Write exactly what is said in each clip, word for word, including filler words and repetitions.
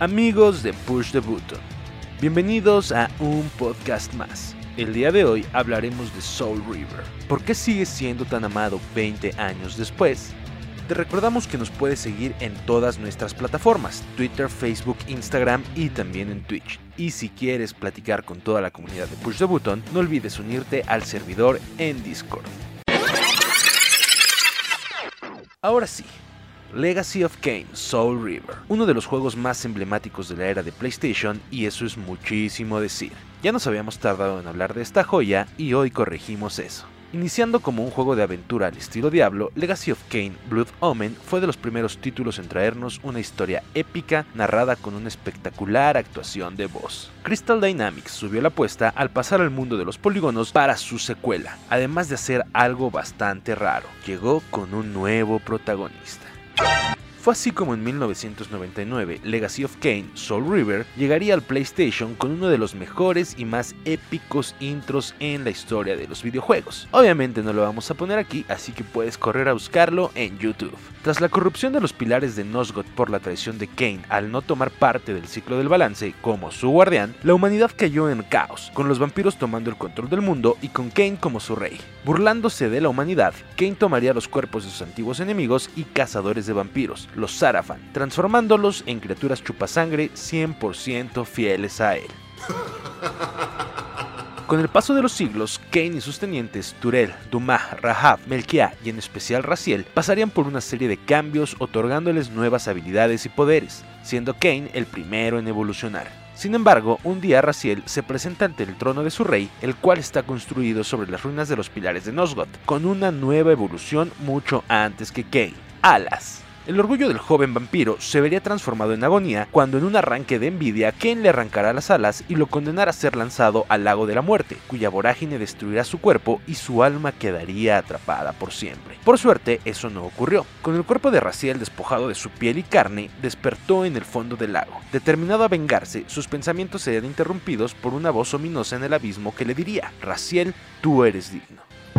Amigos de Push the Button, bienvenidos a un podcast más. El día de hoy hablaremos de Soul River. ¿Por qué sigue siendo tan amado veinte años después? Te recordamos que nos puedes seguir en todas nuestras plataformas, Twitter, Facebook, Instagram y también en Twitch. Y si quieres platicar con toda la comunidad de Push the Button, no olvides unirte al servidor en Discord. Ahora sí, Legacy of Kain Soul River, uno de los juegos más emblemáticos de la era de PlayStation, y eso es muchísimo decir. Ya nos habíamos tardado en hablar de esta joya y hoy corregimos eso. Iniciando como un juego de aventura al estilo Diablo, Legacy of Kain Blood Omen fue de los primeros títulos en traernos una historia épica narrada con una espectacular actuación de voz. Crystal Dynamics subió la apuesta al pasar al mundo de los polígonos para su secuela, además de hacer algo bastante raro: llegó con un nuevo protagonista. Fue así como en mil novecientos noventa y nueve, Legacy of Kain Soul River llegaría al PlayStation con uno de los mejores y más épicos intros en la historia de los videojuegos. Obviamente no lo vamos a poner aquí, así que puedes correr a buscarlo en YouTube. Tras la corrupción de los pilares de Nosgoth por la traición de Kain al no tomar parte del ciclo del balance como su guardián, la humanidad cayó en caos, con los vampiros tomando el control del mundo y con Kain como su rey. Burlándose de la humanidad, Kain tomaría los cuerpos de sus antiguos enemigos y cazadores de vampiros, los Sarafan, transformándolos en criaturas chupasangre cien por ciento fieles a él. Con el paso de los siglos, Kain y sus tenientes Turel, Dumas, Rahab, Melchiah y en especial Raziel pasarían por una serie de cambios otorgándoles nuevas habilidades y poderes, siendo Kain el primero en evolucionar. Sin embargo, un día Raziel se presenta ante el trono de su rey, el cual está construido sobre las ruinas de los pilares de Nosgoth, con una nueva evolución mucho antes que Kain: alas. El orgullo del joven vampiro se vería transformado en agonía cuando en un arranque de envidia Kain le arrancará las alas y lo condenará a ser lanzado al lago de la muerte, cuya vorágine destruirá su cuerpo y su alma quedaría atrapada por siempre. Por suerte, eso no ocurrió. Con el cuerpo de Raziel despojado de su piel y carne, despertó en el fondo del lago. Determinado a vengarse, sus pensamientos serían interrumpidos por una voz ominosa en el abismo que le diría: Raziel, tú eres digno.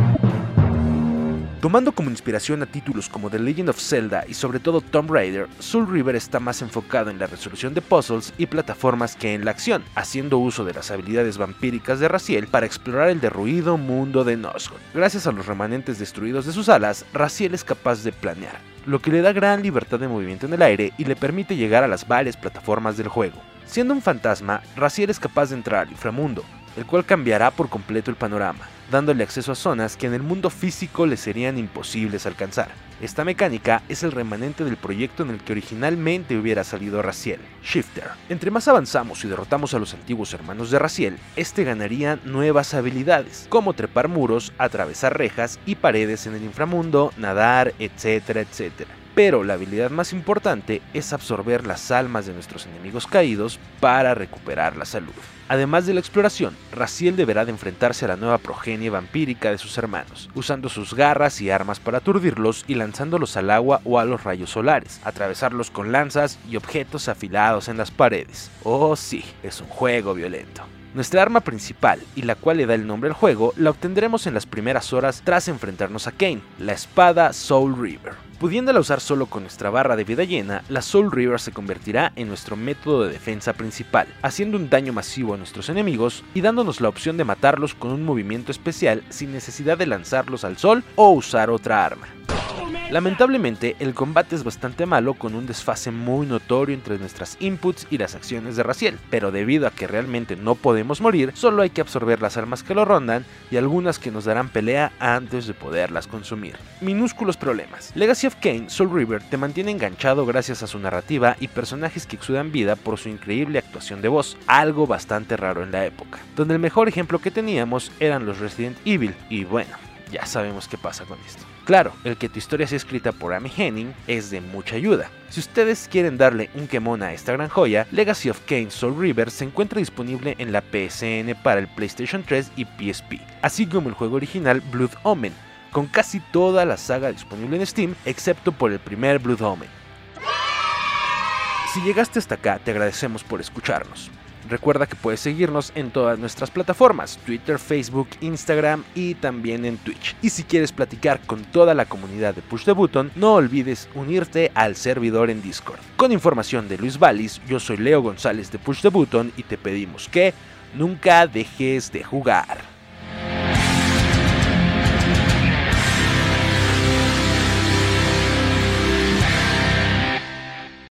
Tomando como inspiración a títulos como The Legend of Zelda y sobre todo Tomb Raider, Soul River está más enfocado en la resolución de puzzles y plataformas que en la acción, haciendo uso de las habilidades vampíricas de Raziel para explorar el derruido mundo de Nosgoth. Gracias a los remanentes destruidos de sus alas, Raziel es capaz de planear, lo que le da gran libertad de movimiento en el aire y le permite llegar a las varias plataformas del juego. Siendo un fantasma, Raziel es capaz de entrar al inframundo, el cual cambiará por completo el panorama, dándole acceso a zonas que en el mundo físico le serían imposibles alcanzar. Esta mecánica es el remanente del proyecto en el que originalmente hubiera salido Raziel, Shifter. Entre más avanzamos y derrotamos a los antiguos hermanos de Raziel, este ganaría nuevas habilidades, como trepar muros, atravesar rejas y paredes en el inframundo, nadar, etcétera, etcétera. Pero la habilidad más importante es absorber las almas de nuestros enemigos caídos para recuperar la salud. Además de la exploración, Raziel deberá de enfrentarse a la nueva progenie vampírica de sus hermanos, usando sus garras y armas para aturdirlos y lanzándolos al agua o a los rayos solares, atravesarlos con lanzas y objetos afilados en las paredes. Oh sí, es un juego violento. Nuestra arma principal, y la cual le da el nombre al juego, la obtendremos en las primeras horas tras enfrentarnos a Kain, la espada Soul River. Pudiéndola usar solo con nuestra barra de vida llena, la Soul River se convertirá en nuestro método de defensa principal, haciendo un daño masivo a nuestros enemigos y dándonos la opción de matarlos con un movimiento especial sin necesidad de lanzarlos al sol o usar otra arma. Lamentablemente, el combate es bastante malo, con un desfase muy notorio entre nuestras inputs y las acciones de Raziel, pero debido a que realmente no podemos morir, solo hay que absorber las armas que lo rondan y algunas que nos darán pelea antes de poderlas consumir. Minúsculos problemas. Legacy of Kain Soul River te mantiene enganchado gracias a su narrativa y personajes que exudan vida por su increíble actuación de voz, algo bastante raro en la época, donde el mejor ejemplo que teníamos eran los Resident Evil, y bueno, ya sabemos qué pasa con esto. Claro, el que tu historia sea escrita por Amy Hennig es de mucha ayuda. Si ustedes quieren darle un quemón a esta gran joya, Legacy of Kain Soul River se encuentra disponible en la P S N para el PlayStation tres y P S P, así como el juego original Blood Omen, con casi toda la saga disponible en Steam, excepto por el primer Blood Omen. Si llegaste hasta acá, te agradecemos por escucharnos. Recuerda que puedes seguirnos en todas nuestras plataformas, Twitter, Facebook, Instagram y también en Twitch. Y si quieres platicar con toda la comunidad de Push the Button, no olvides unirte al servidor en Discord. Con información de Luis Valis, yo soy Leo González de Push the Button y te pedimos que nunca dejes de jugar.